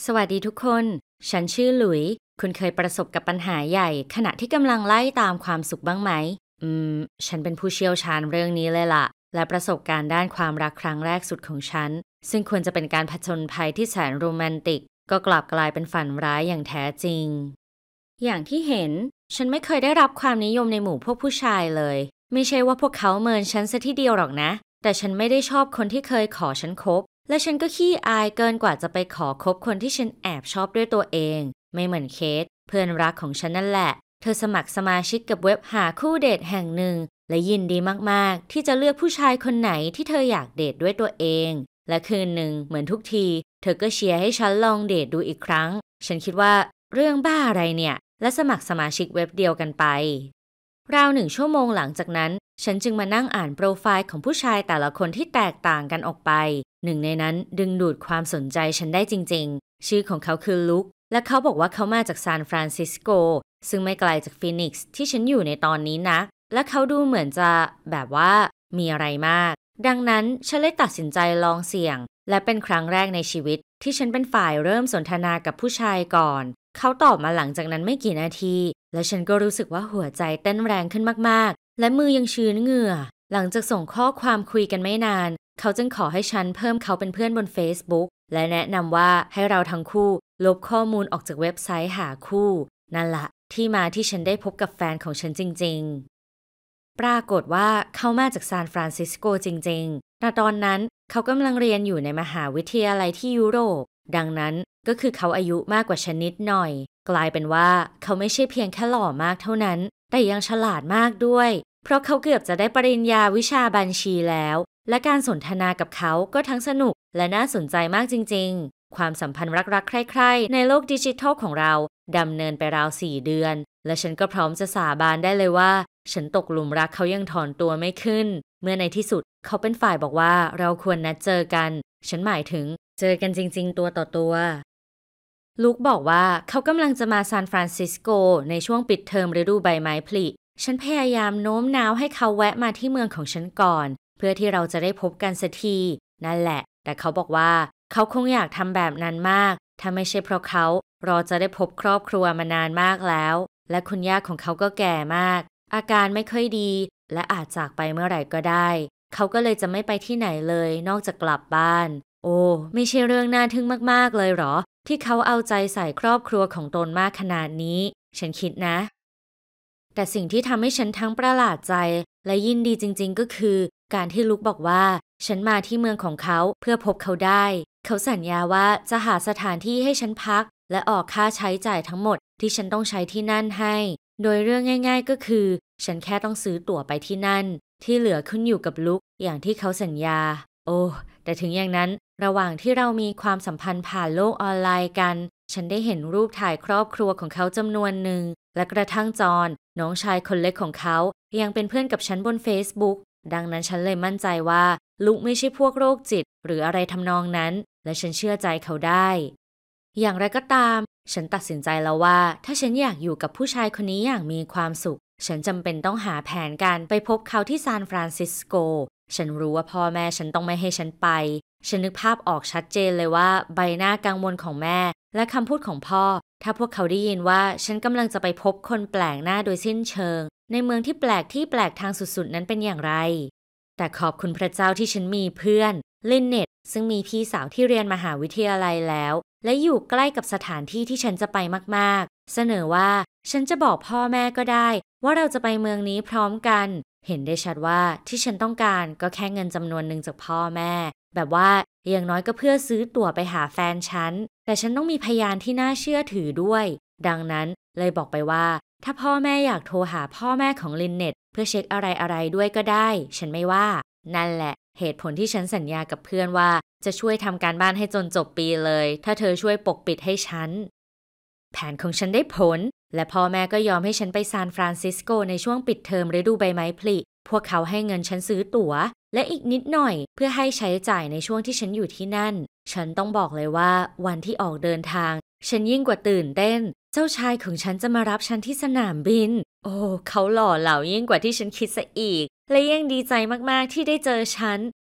สวัสดีทุกคน ฉันชื่อหลุย คุณเคยประสบกับปัญหาใหญ่ขณะที่กำลังไล่ตามความสุขบ้างไหม อืม ฉันเป็นผู้เชี่ยวชาญเรื่องนี้เลยล่ะ และประสบการณ์ด้านความรักครั้งแรกสุดของฉัน ซึ่งควรจะเป็นการผจญภัยที่แสนโรแมนติก ก็กลับกลายเป็นฝันร้ายอย่างแท้จริง อย่างที่เห็น ฉันไม่เคยได้รับความนิยมในหมู่พวกผู้ชายเลย ไม่ใช่ว่าพวกเขาเมินฉันซะทีเดียวหรอกนะ แต่ฉันไม่ได้ชอบคนที่เคยขอฉันคบ และฉันก็ขี้อายเกินกว่าจะไปขอคบคนที่ฉันแอบชอบด้วยตัวเอง ไม่เหมือนเคทเพื่อนรักของฉันนั่นแหละ เธอสมัครสมาชิกกับเว็บหาคู่เดทแห่งหนึ่ง และยินดีมากๆที่จะเลือกผู้ชายคนไหนที่เธออยากเดทด้วยตัวเอง และคืนหนึ่งเหมือนทุกทีเธอก็เชียร์ให้ฉันลองเดทดูอีกครั้ง ฉันคิดว่าเรื่องบ้าอะไรเนี่ยและสมัครสมาชิกเว็บเดียวกันไปราว1 ชั่วโมงหลังจากนั้นฉันจึงมานั่งอ่านโปรไฟล์ของผู้ชายแต่ละคนที่แตกต่างกันออกไปหนึ่งในนั้นดึงดูดความสนใจฉันได้จริงๆชื่อของเขาคือลุคและเขาบอกว่าเขามาจากซานฟรานซิสโกซึ่งไม่ไกลจากฟีนิกซ์ที่ฉันอยู่ในตอนนี้นักและเขาดูเหมือนจะแบบว่ามีอะไรมากดังนั้นฉันเลยตัดสินใจลองเสี่ยงและเป็นครั้งแรกในชีวิตที่ฉันเป็นฝ่ายเริ่มสนทนากับผู้ชายก่อนเขาตอบมาหลังจากนั้นไม่กี่นาทีและฉันก็รู้สึกว่าหัวใจเต้นแรงขึ้นมากๆและมือยังชื้นเหงื่อหลังจากส่งข้อความคุยกันไม่นานเขาจึงขอให้ฉันเพิ่มเขาเป็นเพื่อนบน Facebook และแนะนำว่าให้เราทั้งคู่ลบข้อมูลออกจากเว็บไซต์หาคู่นั่นละที่มาที่ฉันได้พบกับแฟนของฉันจริงๆปรากฏว่าเขามาจากซานฟรานซิสโกจริงๆแต่ตอนนั้นเขากำลังเรียนอยู่ในมหาวิทยาลัยที่ยุโรปดังนั้นก็คือเขาอายุมากกว่าฉันนิดหน่อยกลายเป็นว่าเขาไม่ใช่เพียงแค่หล่อมากเท่านั้นแต่ยังฉลาดมากด้วยเพราะเขาเกือบจะได้ปริญญาวิชาบัญชีแล้วและการสนทนากับเขาก็ทั้งสนุกและน่าสนใจมากจริงๆความสัมพันธ์รักๆใคร่ๆในโลกดิจิทัลของเราดำเนินไปราว4 เดือนและฉันก็พร้อมจะสาบานได้เลยว่าฉันตกหลุมรักเขายังถอนตัวไม่ขึ้นเมื่อในที่สุดเขาเป็นฝ่ายบอกว่าเราควรนัดเจอกันฉันหมายถึงเจอกันจริงๆตัวต่อตัวลุคบอกว่าเขากำลังจะมาซานฟรานซิสโกในช่วงปิดเทอมฤดูใบไม้ผลิฉันพยายามโน้มน้าวให้เขาแวะมาที่เมืองของฉันก่อนเพื่อที่เราจะได้พบกันสักทีนั่นแหละแต่เขาบอกว่าเขาคงอยากทำแบบนั้นมากถ้าไม่ใช่เพราะเขารอจะได้พบครอบครัวมานานมากแล้วและคุณย่าของเขาก็แก่มากอาการไม่ค่อยดีและอาจจากไปเมื่อไหร่ก็ได้เขาก็เลยจะไม่ไปที่ไหนเลยนอกจากกลับบ้านโอ้ไม่ใช่เรื่องน่าทึ่งมากๆเลยเหรอที่เขาเอาใจใส่ครอบครัวของตนมากขนาดนี้ฉันคิดนะแต่สิ่งที่ทำให้ฉันทั้งประหลาดใจและยินดีจริงๆก็คือการที่ลุคบอกว่าฉันมาที่เมืองของเขาเพื่อพบเขาได้เขาสัญญาว่าจะหาสถานที่ให้ฉันพักและออกค่าใช้จ่ายทั้งหมดที่ฉันต้องใช้ที่นั่นให้โดยเรื่องง่ายๆก็คือฉันแค่ต้องซื้อตั๋วไปที่นั่นที่เหลือขึ้นอยู่กับลุคอย่างที่เขาสัญญาโอ้แต่ถึงอย่างนั้นระหว่างที่เรามีความสัมพันธ์ผ่านโลกออนไลน์กันฉันได้เห็นรูปถ่ายครอบครัวของเขาจำนวนหนึ่งและกระทั่งจอห์นน้องชายคนเล็กของเขายังเป็นเพื่อนกับฉันบน Facebook ดังนั้นฉันเลยมั่นใจว่าลุคไม่ใช่พวกโรคจิตหรืออะไรทำนองนั้นและฉันเชื่อใจเขาได้อย่างไรก็ตามฉันตัดสินใจแล้วว่าถ้าฉันอยากอยู่กับผู้ชายคนนี้อย่างมีความสุขฉันจำเป็นต้องหาแผนการไปพบเขาที่ซานฟรานซิสโกฉันรู้ว่าพ่อแม่ฉันต้องไม่ให้ฉันไปฉันนึกภาพออกชัดเจนเลยว่าใบหน้ากังวลของแม่และคำพูดของพ่อถ้าพวกเขาได้ยินว่าฉันกำลังจะไปพบคนแปลกหน้าโดยสิ้นเชิงในเมืองที่แปลกทางสุดๆนั้นเป็นอย่างไรแต่ขอบคุณพระเจ้าที่ฉันมีเพื่อนลินเน็ตซึ่งมีพี่สาวที่เรียนมหาวิทยาลัยแล้วและอยู่ใกล้กับสถานที่ที่ฉันจะไปมากๆเสนอว่าฉันจะบอกพ่อแม่ก็ได้ว่าเราจะไปเมืองนี้พร้อมกันเห็นได้ชัดว่าที่ฉันต้องการก็แค่เงินจำนวนหนึ่งจากพ่อแม่แบบว่าอย่างน้อยก็เพื่อซื้อตั๋วไปหาแฟนฉันแต่ฉันต้องมีพยานที่น่าเชื่อถือด้วยดังนั้นเลยบอกไปว่าถ้าพ่อแม่อยากโทรหาพ่อแม่ของลินเน็ตเพื่อเช็คอะไรด้วยก็ได้ฉันไม่ว่านั่นแหละเหตุผลที่ฉันสัญญากับเพื่อนว่าจะช่วยทำการบ้านให้จนจบปีเลยถ้าเธอช่วยปกปิดให้ฉันแผนของฉันได้ผลและพ่อแม่ก็ยอมให้ฉันไปซานฟรานซิสโกในช่วงปิดเทอมฤดูใบไม้ผลิพวกเขาให้เงินฉันซื้อตั๋วและอีกนิดหน่อยเพื่อให้ใช้จ่ายในช่วงที่ฉันอยู่ที่นั่นฉันต้องบอกเลยว่าวันที่ออกเดินทางฉันยิ่งกว่าตื่นเต้นเจ้าชายของฉันจะมารับฉันที่สนามบินโอ้เขาหล่อเหลายิ่งกว่าที่ฉันคิดซะอีกและยังดีใจมากๆที่ได้เจอฉัน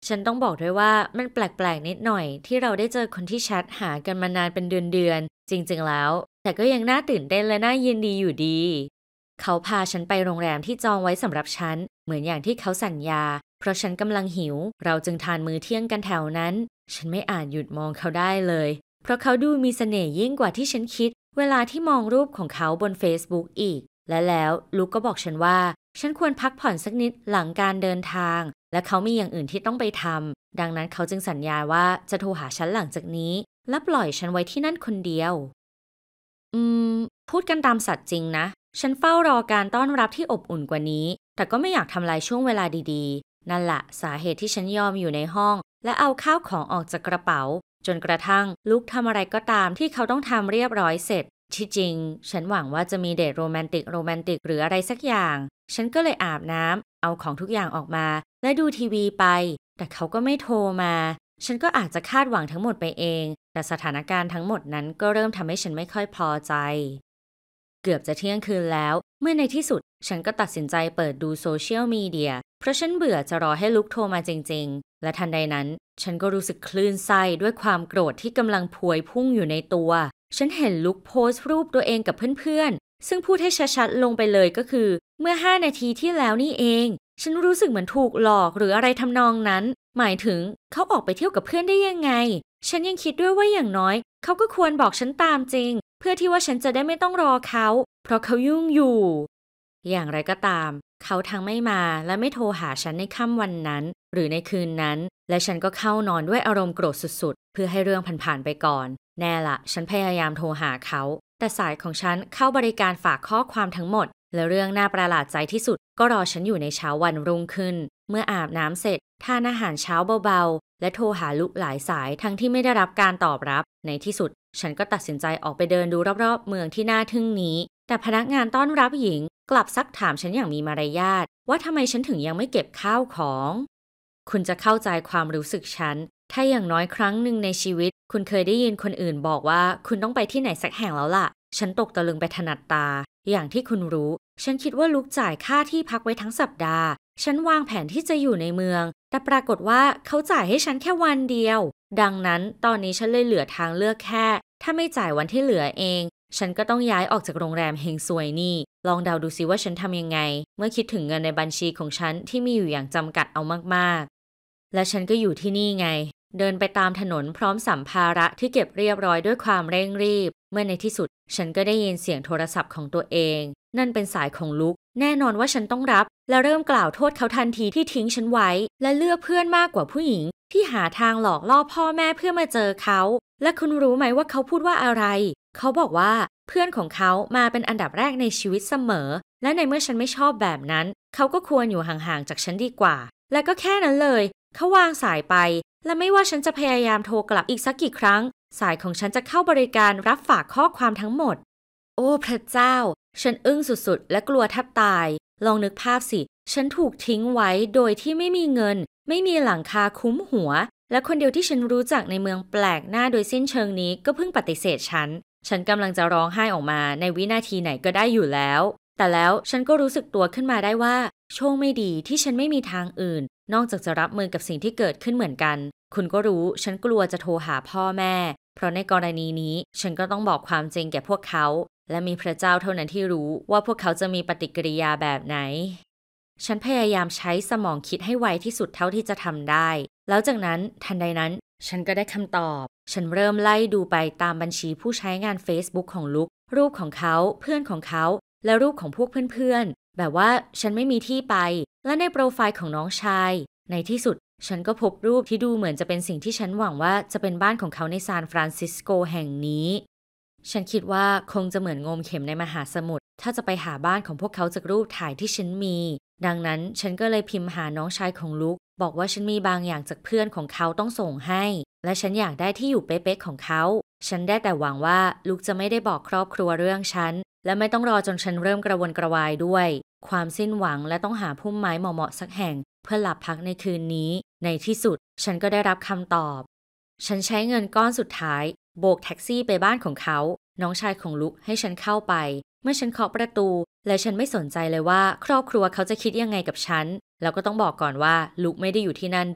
ฉันต้องบอกด้วยว่ามันแปลกๆนิดหน่อยที่เราได้เจอคนที่แชทหากันมานานเป็นเดือนๆจริงๆแล้วแต่ก็ยังน่าตื่นเต้นและน่ายินดีอยู่ดีเขาพาฉันไปโรงแรมที่จองไว้สำหรับฉันเหมือนอย่างที่เขาสัญญาเพราะฉันกำลังหิวเราจึงทานมื้อเที่ยงกันแถวนั้นฉันไม่อาจหยุดมองเขาได้เลยเพราะเขาดูมีเสน่ห์ยิ่งกว่าที่ฉันคิดเวลาที่มองรูปของเขาบน Facebook อีกและแล้วลูกก็บอกฉันว่าฉันควรพักผ่อนสักนิดหลังการเดินทางและเขามีอย่างอื่นที่ต้องไปทำดังนั้นเขาจึงสัญญาว่าจะโทรหาฉันหลังจากนี้และปล่อยฉันไว้ที่นั่นคนเดียวอืมพูดกันตามสัตย์จริงนะฉันเฝ้ารอการต้อนรับที่อบอุ่นกว่านี้แต่ก็ไม่อยากทำลายช่วงเวลาดีๆนั่นแหละสาเหตุที่ฉันยอมอยู่ในห้องและเอาข้าวของออกจากกระเป๋าจนกระทั่งลุกทำอะไรก็ตามที่เขาต้องทำเรียบร้อยเสร็จที่จริงฉันหวังว่าจะมีเดทโรแมนติกหรืออะไรสักอย่างฉันก็เลยอาบน้ำเอาของทุกอย่างออกมาและดูทีวีไปแต่เขาก็ไม่โทรมาฉันก็อาจจะคาดหวังทั้งหมดไปเองแต่สถานการณ์ทั้งหมดนั้นก็เริ่มทำให้ฉันไม่ค่อยพอใจเกือบจะเที่ยงคืนแล้วเมื่อในที่สุดฉันก็ตัดสินใจเปิดดูโซเชียลมีเดียเพราะฉันเบื่อจะรอให้ลุกโทรมาจริงๆและทันใดนั้นฉันก็รู้สึกคลื่นไส้ด้วยความโกรธที่กำลังพวยพุ่งอยู่ในตัวฉันเห็นลุกโพสต์รูปตัวเองกับเพื่อนๆซึ่งพูดให้ชัดๆลงไปเลยก็คือเมื่อ5 นาทีที่แล้วนี่เองฉันรู้สึกเหมือนถูกหลอกหรืออะไรทำนองนั้นหมายถึงเขาออกไปเที่ยวกับเพื่อนได้ยังไงฉันยังคิดด้วยว่าอย่างน้อยเขาก็ควรบอกฉันตามจริงเพื่อที่ว่าฉันจะได้ไม่ต้องรอเขาเพราะเขายุ่งอยู่อย่างไรก็ตามเขาทั้งไม่มาและไม่โทรหาฉันในค่ำวันนั้นหรือในคืนนั้นและฉันก็เข้านอนด้วยอารมณ์โกรธสุดๆเพื่อให้เรื่องผ่านๆไปก่อนแน่ละฉันพยายามโทรหาเขาแต่สายของฉันเข้าบริการฝากข้อความทั้งหมดและเรื่องน่าประหลาดใจที่สุดก็รอฉันอยู่ในเช้าวันรุ่งขึ้นเมื่ออาบน้ำเสร็จทานอาหารเช้าเบาๆและโทรหาลูกหลายสายทั้งที่ไม่ได้รับการตอบรับในที่สุดฉันก็ตัดสินใจออกไปเดินดูรอบๆเมืองที่น่าทึ่งนี้แต่พนักงานต้อนรับหญิงกลับซักถามฉันอย่างมีมารยาทว่าทำไมฉันถึงยังไม่เก็บข้าวของคุณจะเข้าใจความรู้สึกฉันถ้าอย่างน้อยครั้งหนึ่งในชีวิตคุณเคยได้ยินคนอื่นบอกว่าคุณต้องไปที่ไหนสักแห่งแล้วล่ะฉันตกตะลึงไปถนัดตาอย่างที่คุณรู้ฉันคิดว่าลุกจ่ายค่าที่พักไว้ทั้งสัปดาห์ฉันวางแผนที่จะอยู่ในเมืองแต่ปรากฏว่าเขาจ่ายให้ฉันแค่วันเดียวดังนั้นตอนนี้ฉันเลยเหลือทางเลือกแค่ถ้าไม่จ่ายวันที่เหลือเองฉันก็ต้องย้ายออกจากโรงแรมเฮงซวยนี่ลองเดาดูสิว่าฉันทำยังไงเมื่อคิดถึงเงินในบัญชีของฉันที่มีอยู่อย่างจำกัดเอามากๆและฉันก็อยู่ที่นี่ไงเดินไปตามถนนพร้อมสัมภาระที่เก็บเรียบร้อยด้วยความเร่งรีบเมื่อในที่สุดฉันก็ได้ยินเสียงโทรศัพท์ของตัวเองนั่นเป็นสายของลุกแน่นอนว่าฉันต้องรับและเริ่มกล่าวโทษเขาทันทีที่ทิ้งฉันไว้และเลือกเพื่อนมากกว่าผู้หญิงที่หาทางหลอกล่อพ่อแม่เพื่อมาเจอเขาและคุณรู้ไหมว่าเขาพูดว่าอะไรเขาบอกว่าเพื่อนของเขามาเป็นอันดับแรกในชีวิตเสมอและในเมื่อฉันไม่ชอบแบบนั้นเขาก็ควรอยู่ห่างๆจากฉันดีกว่าและก็แค่นั้นเลยเขาวางสายไปและไม่ว่าฉันจะพยายามโทรกลับอีกสักกี่ครั้งสายของฉันจะเข้าบริการรับฝากข้อความทั้งหมดโอ้พระเจ้าฉันอึ้งสุดๆและกลัวแทบตายลองนึกภาพสิฉันถูกทิ้งไว้โดยที่ไม่มีเงินไม่มีหลังคาคุ้มหัวและคนเดียวที่ฉันรู้จักในเมืองแปลกหน้าโดยสิ้นเชิงนี้ก็เพิ่งปฏิเสธฉันกำลังจะร้องไห้ออกมาในวินาทีไหนก็ได้อยู่แล้วแต่แล้วฉันก็รู้สึกตัวขึ้นมาได้ว่าโชคไม่ดีที่ฉันไม่มีทางอื่นนอกจากจะรับมือกับสิ่งที่เกิดขึ้นเหมือนกันคุณก็รู้ฉันกลัวจะโทรหาพ่อแม่เพราะในกรณีนี้ฉันก็ต้องบอกความจริงแก่พวกเขาและมีพระเจ้าเท่านั้นที่รู้ว่าพวกเขาจะมีปฏิกิริยาแบบไหนฉันพยายามใช้สมองคิดให้ไวที่สุดเท่าที่จะทำได้แล้วจากนั้นทันใดนั้นฉันก็ได้คำตอบฉันเริ่มไล่ดูไปตามบัญชีผู้ใช้งาน Facebook ของลุกรูปของเขาเพื่อนของเขาและรูปของพวกเพื่อนๆแบบว่าฉันไม่มีที่ไปและในโปรไฟล์ของน้องชายในที่สุดฉันก็พบรูปที่ดูเหมือนจะเป็นสิ่งที่ฉันหวังว่าจะเป็นบ้านของเขาในซานฟรานซิสโกแห่งนี้ฉันคิดว่าคงจะเหมือนงมเข็มในมหาสมุทรถ้าจะไปหาบ้านของพวกเขาจากรูปถ่ายที่ฉันมีดังนั้นฉันก็เลยพิมพ์หาน้องชายของลุกบอกว่าฉันมีบางอย่างจากเพื่อนของเขาต้องส่งให้และฉันอยากได้ที่อยู่เป๊ะๆของเขาฉันได้แต่หวังว่าลุกจะไม่ได้บอกครอบครัวเรื่องฉันและไม่ต้องรอจนฉันเริ่มกระวนกระวายด้วยความสิ้นหวังและต้องหาพุ่มไม้เหมาะๆสักแห่งเพื่อหลับพักในคืนนี้ในที่สุดฉันก็ได้รับคำตอบฉันใช้เงินก้อนสุดท้ายโบกแท็กซี่ไปบ้านของเขาน้องชายของลุกให้ฉันเข้าไปเมื่อฉันเคาะประตูและฉันไม่สนใจเลยว่าครอบครัวเขาจะคิดยังไงกับฉันแล้วก็ต้องบอกก่อนว่าลุกไม่ได้อยู่ที่นั่นด้วย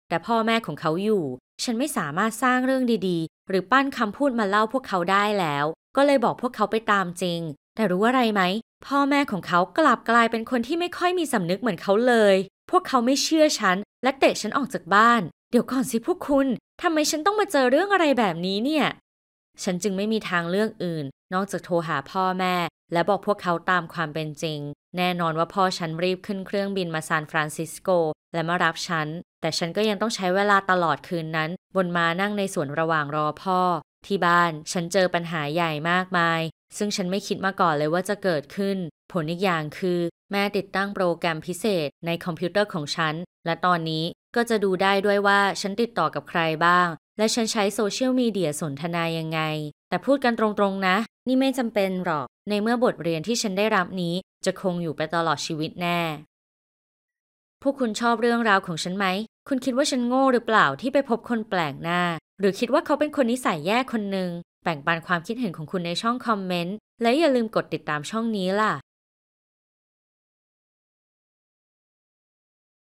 แต่พ่อแม่ของเขาอยู่ฉันไม่สามารถสร้างเรื่องดีๆหรือปั้นคำพูดมาเล่าพวกเขาได้แล้วก็เลยบอกพวกเขาไปตามจริงแต่รู้อะไรไหมพ่อแม่ของเขากลับกลายเป็นคนที่ไม่ค่อยมีสำนึกเหมือนเขาเลยพวกเขาไม่เชื่อฉันและเตะฉันออกจากบ้านเดี๋ยวก่อนสิพวกคุณทำไมฉันต้องมาเจอเรื่องอะไรแบบนี้เนี่ยฉันจึงไม่มีทางเลือกอื่นนอกจากโทรหาพ่อแม่และบอกพวกเขาตามความเป็นจริงแน่นอนว่าพ่อฉันรีบขึ้นเครื่องบินมาซานฟรานซิสโกและมารับฉันแต่ฉันก็ยังต้องใช้เวลาตลอดคืนนั้นบนม้านั่งในสวนระหว่างรอพ่อที่บ้านฉันเจอปัญหาใหญ่มากมายซึ่งฉันไม่คิดมาก่อนเลยว่าจะเกิดขึ้นผลอีกอย่างคือแม่ติดตั้งโปรแกรมพิเศษในคอมพิวเตอร์ของฉันและตอนนี้ก็จะดูได้ด้วยว่าฉันติดต่อกับใครบ้างและฉันใช้โซเชียลมีเดียสนทนายังไงแต่พูดกันตรงๆนะนี่ไม่จำเป็นหรอกในเมื่อบทเรียนที่ฉันได้รับนี้จะคงอยู่ไปตลอดชีวิตแน่พวกคุณชอบเรื่องราวของฉันไหมคุณคิดว่าฉันโง่หรือเปล่าที่ไปพบคนแปลกหน้าหรือคิดว่าเขาเป็นคนนิสัยแย่คนหนึ่งแบ่งปันความคิดเห็นของคุณในช่องคอมเมนต์และอย่าลืมกดติดตามช่องนี้ล่ะ